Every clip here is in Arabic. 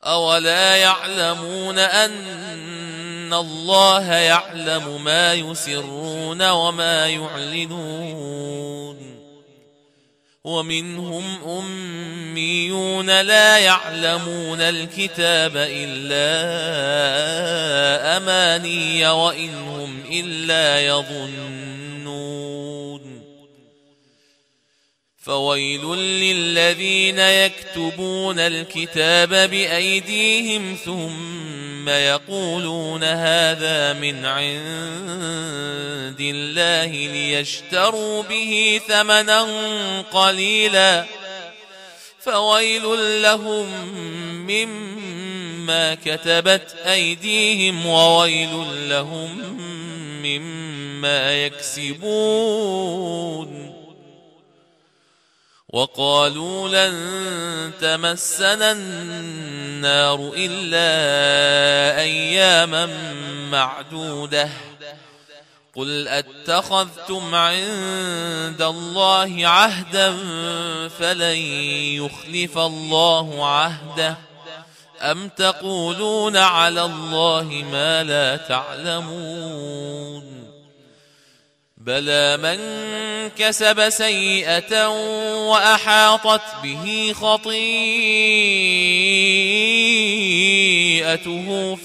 أولا يعلمون أن الله يعلم ما يسرون وما يعلنون ومنهم أميون لا يعلمون الكتاب إلا أماني وإن هم إلا يظنون فويل للذين يكتبون الكتاب بأيديهم ثم يقولون هذا من عند الله ليشتروا به ثمنا قليلا فويل لهم مما كتبت أيديهم وويل لهم مما يكسبون وقالوا لن تمسنا النار إلا أياما معدودة قل أتخذتم عند الله عهدا فلن يخلف الله عهده أم تقولون على الله ما لا تعلمون بلى من كسب سيئة وأحاطت به خطيئته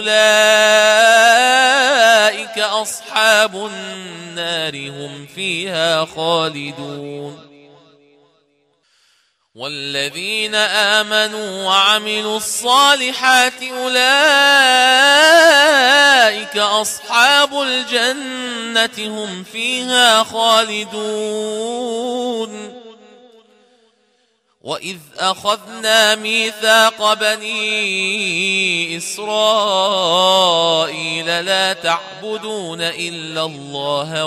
فأولئك أصحاب النار هم فيها خالدون والذين آمنوا وعملوا الصالحات أولئك أصحاب الجنة هم فيها خالدون وإذ أخذنا ميثاق بني إسرائيل لا تعبدون إلا الله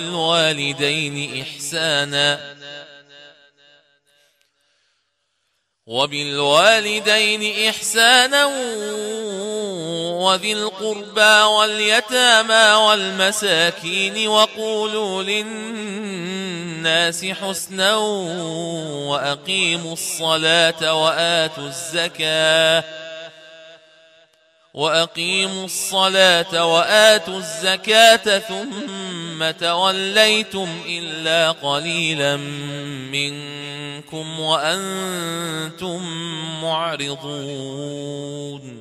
وبالوالدين إحسانا وذي القربى واليتامى والمساكين وقولوا للناس حسنا وأقيموا الصلاة وآتوا الزكاة ثم توليتم إلا قليلا منكم وأنتم معرضون